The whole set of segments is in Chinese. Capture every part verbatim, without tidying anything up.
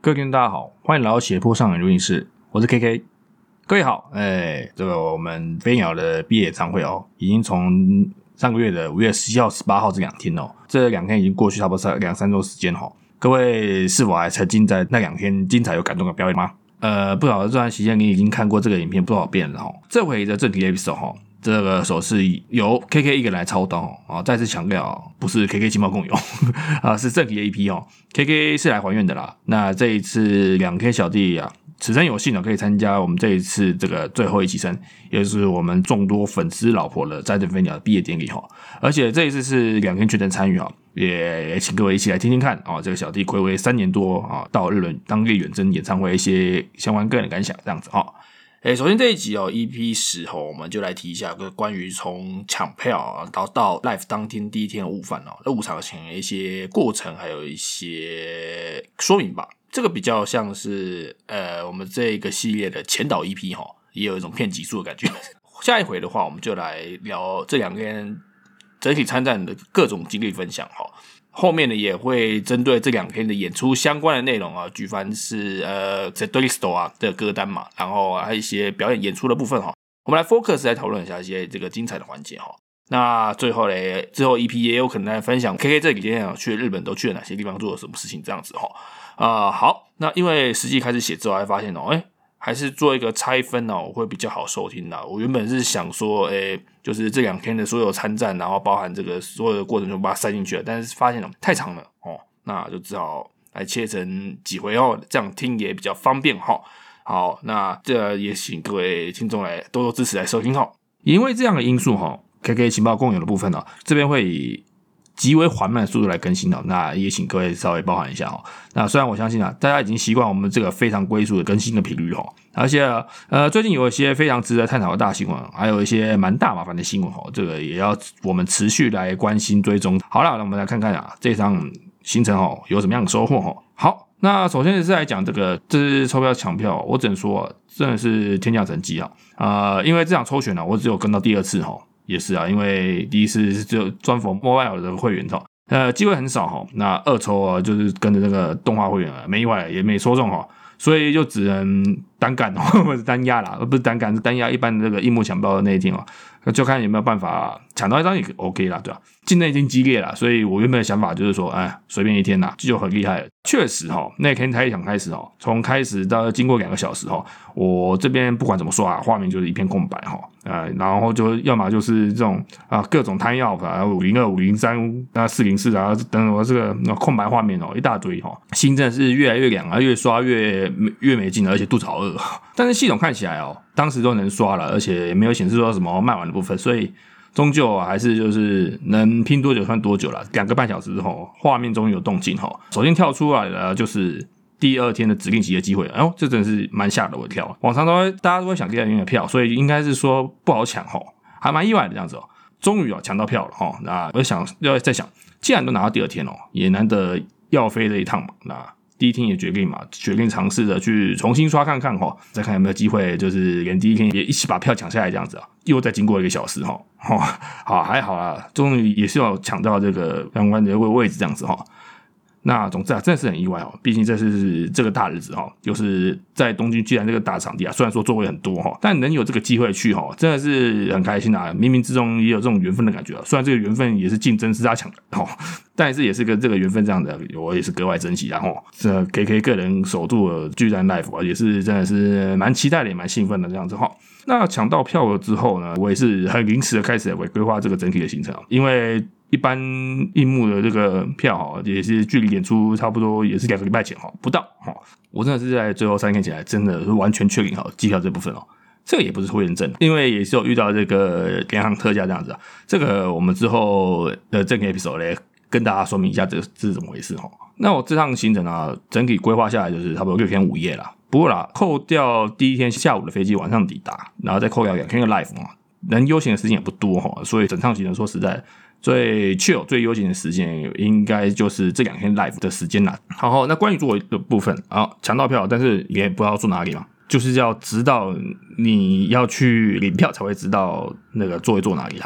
各位听众大家好，欢迎来到斜坡上的录音室，我是 K K。各位好，哎，这个我们飞鸟的毕业演唱会哦，已经从上个月的五月十七号、十八号这两天哦，这两天已经过去差不多两三周时间哦。各位是否还沉浸在那两天精彩有感动的表演吗？呃，不晓得这段期间你已经看过这个影片不少遍了哦。这回的正题 episode 哦，这个手是由 K K 一个人来操刀哦，啊，再次强调不是 K K 情报共有啊，是正题 A P 哦 ，K K 是来还愿的啦。那这一次两 K 小弟啊，此生有幸呢可以参加我们这一次这个最后一期生，也就是我们众多粉丝老婆的斋藤飞鸟的毕业典礼哈。而且这一次是两 K 全程参与啊，也请各位一起来听听看啊，这个小弟睽违三年多啊，到日本当地远征演唱会一些相关个人的感想这样子哈。诶，首先这一集哦 ，E P 十哦，我们就来提一下个关于从抢票到到 live 当天第一天的午饭哦，那午场前的一些过程，还有一些说明吧。这个比较像是呃，我们这个系列的前导 E P 哈，也有一种骗集数的感觉。下一回的话，我们就来聊这两天整体参战的各种经历分享哈。后面呢也会针对这两天的演出相关的内容啊，举凡是呃 The List 啊的歌单嘛，然后还有一些表演演出的部分哈，我们来 focus 来讨论一下一些这个精彩的环节哈。那最后嘞，之后 E P 也有可能来分享 K K 这几天去日本都去了哪些地方，做了什么事情这样子哈。啊、呃，好，那因为实际开始写之后，还发现哦，哎。还是做一个拆分哦，会比较好收听啦。我原本是想说，诶，就是这两天的所有参战，然后包含这个所有的过程，就把它塞进去了。但是发现哦，太长了哦，那就只好来切成几回哦，这样听也比较方便哈。好，那这也请各位听众来多多支持来收听哈。因为这样的因素哈 ，K K 情报共有的部分呢，这边会以极为缓慢的速度来更新哦，那也请各位稍微包涵一下哦。那虽然我相信啊，大家已经习惯我们这个非常龟速的更新的频率哦，而且呃，最近有一些非常值得探讨的大新闻，还有一些蛮大麻烦的新闻哦，这个也要我们持续来关心追踪。好啦，那我们来看看啊，这场行程哦有什么样的收获哦。好，那首先是来讲这个这是抽票抢票，我只能说、啊、真的是天降神迹啊！呃，因为这场抽选呢、啊，我只有跟到第二次哈、哦。也是啊，因为第一次是只有专for mobile 的会员哈，呃，机会很少哈。那二抽啊，就是跟着那个动画会员啊，没意外也没抽中哈，所以就只能单干或者单压啦，而不是单干是单压一般的这个樱木抢票的那一天哦，就看有没有办法抢到一张也 OK 啦，对吧、啊？竞争已经激烈了，所以我原本的想法就是说，哎，随便一天呐，就很厉害了。确实哈，那天开场开始哦，从开始到经过两个小时哈，我这边不管怎么刷啊，画面就是一片空白哈，呃，然后就要么就是这种啊各种贪要啊，五零二、五零三、啊四零四啊等等，这个空白画面哦一大堆哈，心真的是越来越凉啊，越刷越越没劲了，而且肚子好饿。但是系统看起来哦，当时都能刷了，而且也没有显示说什么卖完的部分，所以。终究还是就是能拼多久算多久啦，两个半小时之后，画面终于有动静哈。首先跳出来的就是第二天的指令集的机会，哎呦，这真的是蛮吓了我一跳。往常都会大家都会想第二天的票，所以应该是说不好抢哈，还蛮意外的这样子哦。终于哦抢到票了哈，那我就想要再想，既然都拿到第二天哦，也难得要飞这一趟嘛，那。第一天也决定嘛，决定尝试的去重新刷看看哈，再看有没有机会，就是连第一天也一起把票抢下来这样子啊。又再经过一个小时哈，好还好啦，终于也是要抢到这个相关的位置这样子哈。那总之啊，真的是很意外哦，毕竟这是这个大日子哈，就是在东京居然这个大场地啊，虽然说座位很多哈，但能有这个机会去哈，真的是很开心啊！冥冥之中也有这种缘分的感觉啊。虽然这个缘分也是竞争是他抢的哈，但是也是跟这个缘分这样的，我也是格外珍惜啊哈。这 K K 个人首度的巨蛋 live 啊，也是真的是蛮期待的，也蛮兴奋的这样子哈。那抢到票了之后呢，我也是很临时的开始来规划这个整体的行程啊，因为。一般樱木的这个票也是距离演出差不多也是两个礼拜前不到，我真的是在最后三天起来真的是完全确定好机票这部分哦，这个也不是拖延症，因为也是有遇到这个联航特价这样子啊，这个我们之后的正 episode 来跟大家说明一下这是怎么回事哈。那我这趟行程啊，整体规划下来就是差不多六天五夜啦，不过啦，扣掉第一天下午的飞机晚上抵达，然后再扣掉两天的 live 嘛，能悠闲的时间也不多哈，所以整趟行程说实在。最 chill 最悠闲的时间应该就是这两天 live 的时间啦。好，那关于座位的部分啊，抢到票，但是也不知道坐哪里嘛，就是要直到你要去领票才会知道那个座位坐哪里啦。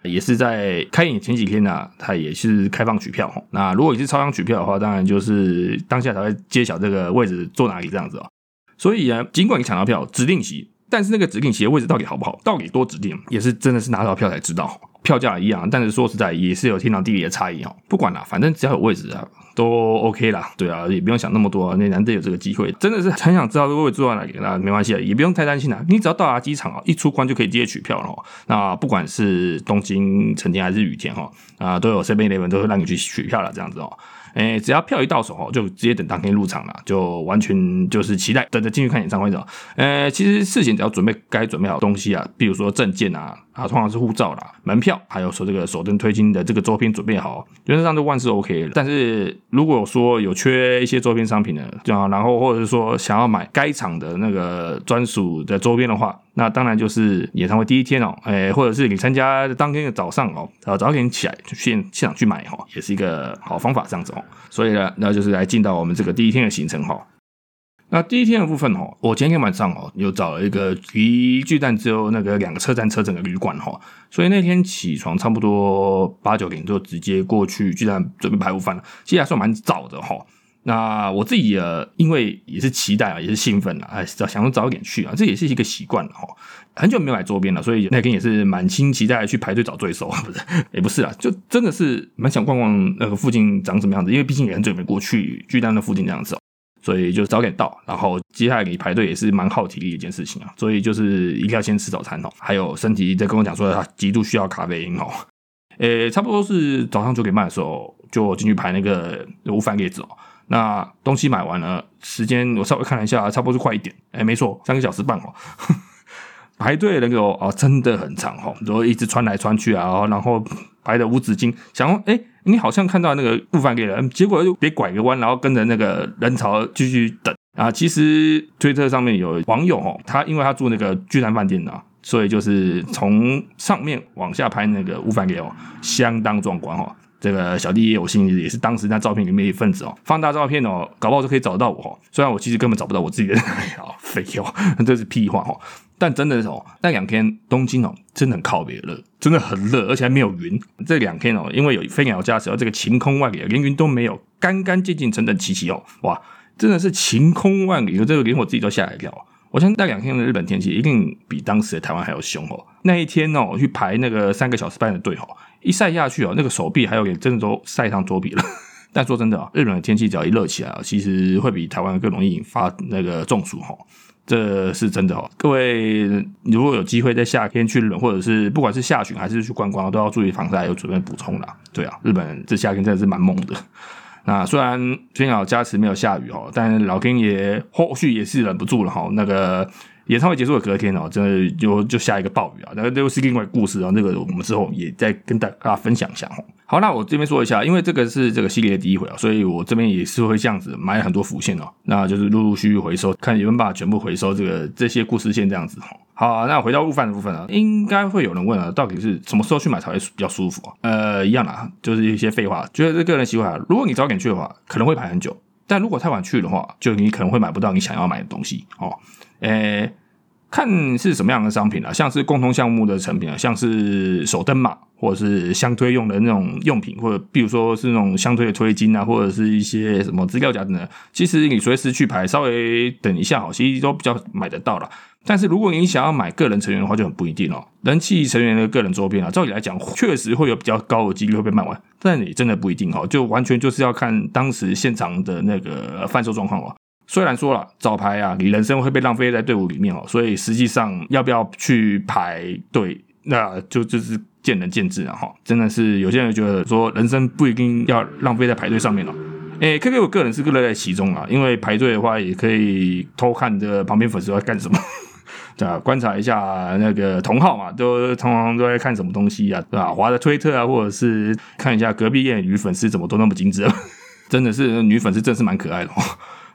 也是在开演前几天啊，它也是开放取票齁。那如果你是超商取票的话，当然就是当下才会揭晓这个位置坐哪里这样子哦。所以啊，尽管你抢到票指定席，但是那个指定席的位置到底好不好，到底多指定，也是真的是拿到票才知道。票价一样，但是说实在也是有天堂地理的差异哦。不管啦，反正只要有位置啊，都 OK 啦。对啊，也不用想那么多啊。那难得有这个机会，真的是很想知道这个位置坐在哪里，那没关系啊，也不用太担心啦。你只要到达机场啊，一出关就可以直接取票了哦。那不管是东京、成田还是羽田哈，啊，都有 seven eleven 都会让你去取票了，这样子哦。诶，只要票一到手哦，就直接等当天入场了，就完全就是期待等着进去看演唱会的。呃，其实事前只要准备该准备好的东西啊，比如说证件啊，啊，通常是护照啦、门票，还有说这个手灯推进的这个周边准备好，原则上就万事 OK 了。但是如果说有缺一些周边商品的，然后或者是说想要买该场的那个专属的周边的话，那当然就是演唱会第一天哦，诶，或者是你参加当天的早上哦，早点起来去现现场去买哦，也是一个好方法这样子哦。所以呢，那就是来进到我们这个第一天的行程哈。那第一天的部分哈，我前天晚上哦，又找了一个离巨蛋只有那个两个车站车程的旅馆哈，所以那天起床差不多八九点就直接过去巨蛋准备排午饭了，其实还算蛮早的哈。那我自己呃，因为也是期待啊，也是兴奋啊，哎，想说早一点去啊，这也是一个习惯了哈。很久没有买周边了，所以那天也是满心期待去排队找罪受，不是，也不是啦，就真的是蛮想逛逛那个附近长什么样子，因为毕竟也很久没过去巨蛋的附近这样子哦，所以就早点到，然后接下来你排队也是蛮耗体力的一件事情啊，所以就是一定要先吃早餐哦，还有身体在跟我讲说他极度需要咖啡因哦，诶，差不多是早上九点半的时候就进去排那个午饭列子哦。那东西买完了，时间我稍微看了一下，差不多是快一点，哎，没错，三个小时半哦。排队的那个哦，真的很长哦，然后一直穿来穿去啊，然后排的无止境。想说，哎，你好像看到那个午饭给人，结果又别拐个弯，然后跟着那个人潮继续等啊。其实推特上面有网友哦，他因为他住那个巨蛋饭店啊，所以就是从上面往下拍那个午饭给哦，相当壮观哦。这个小弟也有幸，也是当时那照片里面一份子哦，放大照片哦，搞不好就可以找到我哦。虽然我其实根本找不到我自己的，好废哦，这是屁话哦。但真的是哦，那两天东京哦，真的很靠北热，真的很热，而且还没有云。这两天哦，因为有飞鸟加持哦，这个晴空万里，连云都没有，干干净净，整整齐齐哦，哇，真的是晴空万里，这个连我自己都吓一跳。我相信那两天的日本天气一定比当时的台湾还要凶哦。那一天哦，我去排那个三个小时半的队哦，一晒下去哦，那个手臂还有脸真的都晒上桌皮了。但说真的啊，日本的天气只要一热起来啊，其实会比台湾更容易引发那个中暑哈。这是真的哦，各位如果有机会在夏天去日本，或者是不管是下旬还是去观光，都要注意防晒，有准备补充啦。对啊，日本这夏天真的是蛮猛的。那虽然天鸟加持没有下雨哦，但老天爷后续也是忍不住了哈。那个演唱会结束的隔天哦，真的就就下一个暴雨啊，那又是另外一个故事啊。那个我们之后也再跟大家分享一下哦。好，那我这边说一下，因为这个是这个系列的第一回啊，所以我这边也是会这样子买很多浮线哦，那就是陆陆续续回收，看有没有办法全部回收这个这些故事线这样子哦。好、啊，那回到午饭的部分啊，应该会有人问啊，到底是什么时候去买才会比较舒服啊？呃，一样啦，就是一些废话，觉得这个人习惯啊，如果你早点去的话，可能会排很久，但如果太晚去的话，就你可能会买不到你想要买的东西哦。诶。看是什么样的商品啊，像是共同项目的成品啊，像是手灯嘛，或者是相推用的那种用品，或者比如说是那种相推的推金啊，或者是一些什么资料夹等等，其实你随时去排，稍微等一下哦，其实都比较买得到啦。但是如果你想要买个人成员的话，就很不一定哦。人气成员的个人周边啊，照理来讲，确实会有比较高的几率会被卖完，但也真的不一定哦，就完全就是要看当时现场的那个贩售状况哦。虽然说了早排啊，你人生会被浪费在队伍里面哦，所以实际上要不要去排队，那就就是见仁见智啊哈。真的是有些人觉得说人生不一定要浪费在排队上面哦。诶 ，K K 我个人是乐在其中啊，因为排队的话也可以偷看着旁边粉丝在干什么。对啊，观察一下那个同好嘛，都通常都在看什么东西啊，对吧？滑的推特啊，或者是看一下隔壁夜女粉丝怎么都那么精致，真的是女粉丝真是蛮可爱的哦。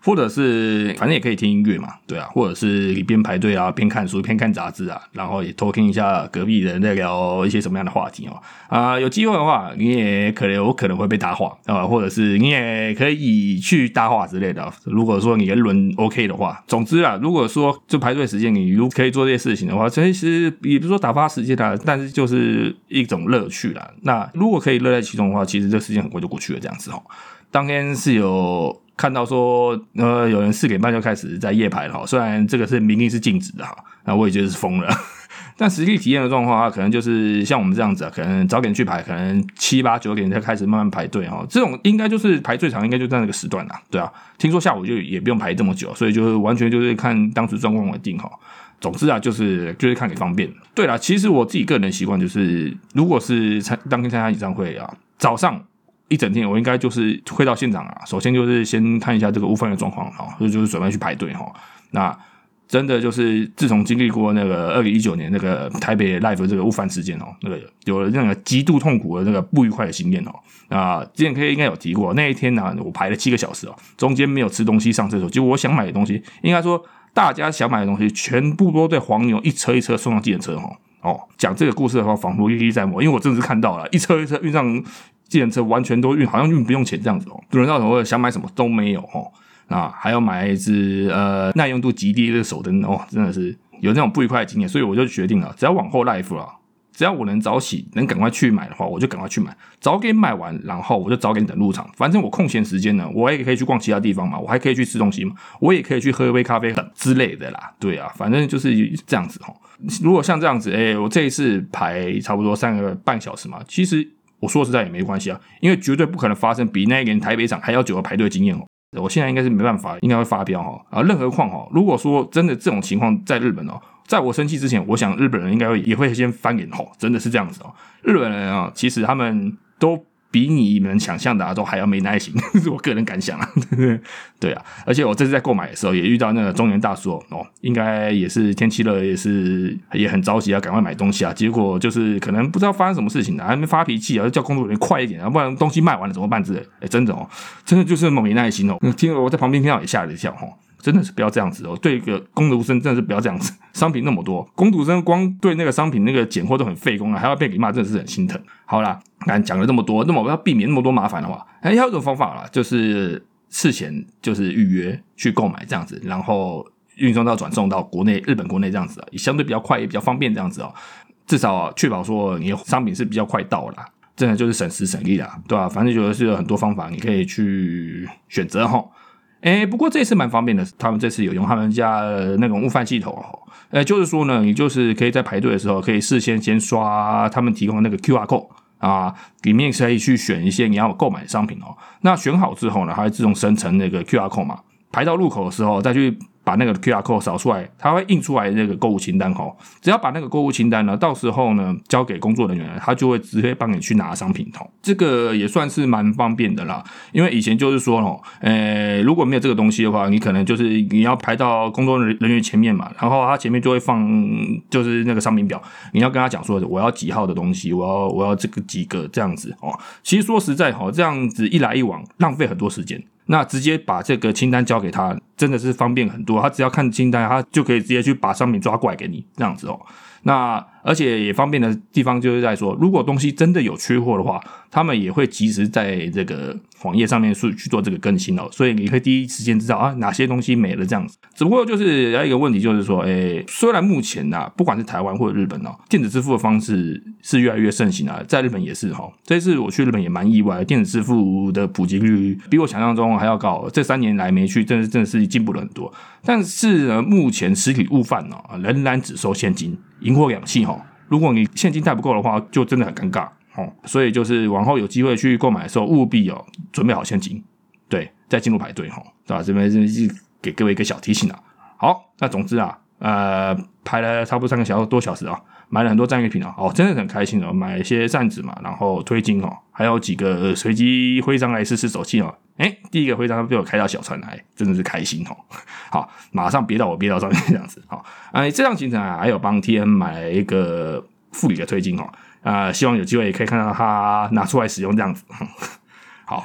或者是反正也可以听音乐嘛，对啊，或者是你边排队啊边看书边看杂志啊，然后也偷听一下隔壁人在聊一些什么样的话题哦。啊、呃，有机会的话，你也可能有可能会被搭话啊、呃，或者是你也可以去搭话之类的。如果说你人轮 OK 的话，总之啊，如果说就排队时间你如果可以做这些事情的话，其实也不是说打发时间啦，但是就是一种乐趣啦。那如果可以乐在其中的话，其实这时间很快就过去了这样子哦。当天是有看到说，呃，有人四点半就开始在夜排了哈，虽然这个是明令是禁止的哈，那我也觉得是疯了。但实际体验的状况，可能就是像我们这样子啊，可能早点去排，可能七八九点才开始慢慢排队哈。这种应该就是排最长，应该就在那个时段啦，对啊。听说下午就也不用排这么久，所以就是完全就是看当时状况为定哈。总之啊，就是就是看你方便。对啦，其实我自己个人习惯就是，如果是参当天参加演唱会啊，早上一整天我应该就是会到现场啊，首先就是先看一下这个雾氛的状况哈，就是准备去排队哈。那真的就是自从经历过那个二零一九年那个台北 Live 这个雾饭事件哦，那个有了那个极度痛苦的那个不愉快的经验哦。啊，之前 K 应该有提过，那一天呢、啊，我排了七个小时哦，中间没有吃东西上厕所，结果我想买的东西，应该说大家想买的东西，全部都对黄牛一车一车送上计程车哦。哦，讲这个故事的话，仿佛历历在目，因为我真的是看到了，一车一车运上计程车，完全都运，好像运不用钱这样子哦。轮到我想买什么都没有哦。啊，还要买一支呃耐用度极低的手灯哦，真的是有那种不愉快的经验，所以我就决定了，只要往后 live 了，只要我能早起，能赶快去买的话，我就赶快去买，早点买完，然后我就早点等入场。反正我空闲时间呢，我也可以去逛其他地方嘛，我还可以去吃东西嘛，我也可以去喝一杯咖啡等之类的啦。对啊，反正就是这样子齁。如果像这样子，哎、欸，我这一次排差不多三个半小时嘛，其实我说实在也没关系啊，因为绝对不可能发生比那一年台北场还要久的排队经验哦。我现在应该是没办法，应该会发飙哈啊！任何况哈，如果说真的这种情况在日本哦，在我生气之前，我想日本人应该会也会先翻脸吼，真的是这样子哦。日本人啊，其实他们都比你们想象的啊都还要没耐心，是我个人感想啊。对啊，而且我这次在购买的时候也遇到那个中年大叔哦，应该也是天气热，也是也很着急啊，赶快买东西啊。结果就是可能不知道发生什么事情啊，还没发脾气啊，叫工作人员快一点啊，不然东西卖完了怎么办之类的。哎，真的哦，真的就是那么没耐心哦。听我在旁边听到也吓了一跳哦。真的是不要这样子哦，对一个工读生真的是不要这样子。商品那么多，工读生光对那个商品那个拣货都很费工啊，还要被你骂，真的是很心疼。好啦，刚讲了这么多，那么我要避免那么多麻烦的话，还有一种方法啦，就是事前就是预约去购买这样子，然后运送到转送到国内日本国内这样子啊，也相对比较快，也比较方便这样子哦。至少确保说你的商品是比较快到啦，真的就是省时省力啦，对吧、啊？反正就是有很多方法你可以去选择齁。诶，不过这次蛮方便的，他们这次有用他们家的那种悟饭系统哦。呃，就是说呢，你就是可以在排队的时候，可以事先先刷他们提供的那个 Q R code 啊，里面可以去选一些你要购买的商品哦。那选好之后呢，它会自动生成那个 Q R code 嘛，排到入口的时候再去把那个 Q R code 扫出来，它会印出来那个购物清单齁。只要把那个购物清单呢，到时候呢交给工作人员，他就会直接帮你去拿商品齁。这个也算是蛮方便的啦，因为以前就是说齁，呃，如果没有这个东西的话，你可能就是你要排到工作人员前面嘛，然后他前面就会放就是那个商品表，你要跟他讲说我要几号的东西，我要我要这个几个这样子哦。其实说实在齁，这样子一来一往，浪费很多时间。那直接把这个清单交给他，真的是方便很多。他只要看清单，他就可以直接去把商品抓过来给你，这样子哦。那而且也方便的地方就是在说，如果东西真的有缺货的话，他们也会及时在这个网页上面去去做这个更新哦，所以你可以第一时间知道啊哪些东西没了这样子。只不过就是有一个问题，就是说，诶，虽然目前啊，不管是台湾或者日本哦，电子支付的方式是越来越盛行啊，在日本也是哈、哦。这次我去日本也蛮意外的，电子支付的普及率比我想象中还要高。这三年来没去，真的真的是进步了很多。但是呢，目前实体物贩哦，仍然只收现金，银货两讫哈。如果你现金带不够的话，就真的很尴尬哦。所以就是往后有机会去购买的时候，务必哦准备好现金，对，再进入排队哈，对吧？这边是给各位一个小提醒啊。好，那总之啊，呃，排了差不多三个小时多小时啊，买了很多战利品啊，哦，真的很开心哦，买一些扇子嘛，然后推金哦，还有几个随机徽章来试试手气哦。哎，第一个徽章被我开到小船来，真的是开心哦。好，马上憋到我憋到上面这样子。好，哎，这趟行程啊，还有帮 T M 买了一个副理的推金哦，啊、呃，希望有机会也可以看到他拿出来使用这样子。好好，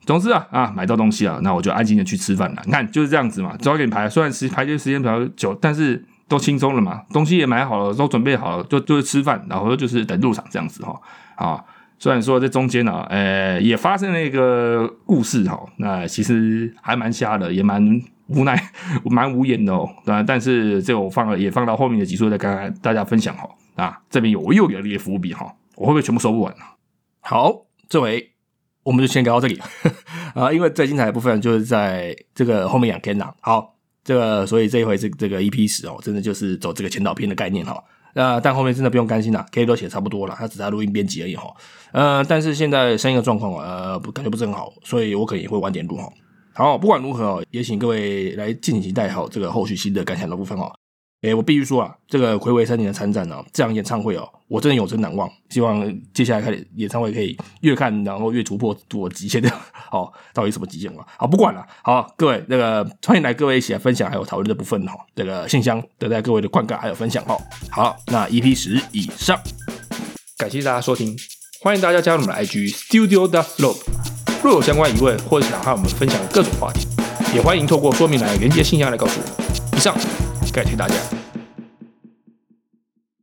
总之啊啊，买到东西啊，那我就安静的去吃饭了。你看就是这样子嘛，只要给你排，虽然时排队时间比较久，但是都轻松了嘛，东西也买好了，都准备好了，就就是吃饭，然后就是等入场这样子哈啊。虽然说在中间呢、啊，呃，也发生了一个故事哈，那其实还蛮瞎的，也蛮无奈、蛮无言的哦。但是这我放了，也放到后面的集数再跟大家分享哈。啊，这边有我又有了一个伏笔哈，我会不会全部收不完？好，这回我们就先聊到这里啊，因为最精彩的部分就是在这个后面两天啦。好，这个所以这一回这这个 E P 十哦，真的就是走这个前导片的概念哈。那、呃、但后面真的不用担心啦 ，K 都写差不多了，他只在录音编辑而已哈。呃，但是现在声音的状况呃感觉不是很好，所以我可能也会晚点录哈。好，不管如何哦，也请各位来敬请期待好这个后续新的感想的部分哦。诶，我必须说啊，这个睽违三年的参战哦，这场演唱会哦，我真的永生难忘。希望接下来看演唱会可以越看然后越突破我极限的，哦，到底什么极限啊？好，不管了，好，各位那个欢迎来各位一起来分享还有讨论的部分哈，这个信箱等待各位的灌溉还有分享哈。好，那 E P 十 以上，感谢大家收听，欢迎大家加入我们的 I G Studio dot Slope， 若有相关疑问或者想和我们分享各种话题，也欢迎透过说明栏连接信箱来告诉我。以上。感谢大家。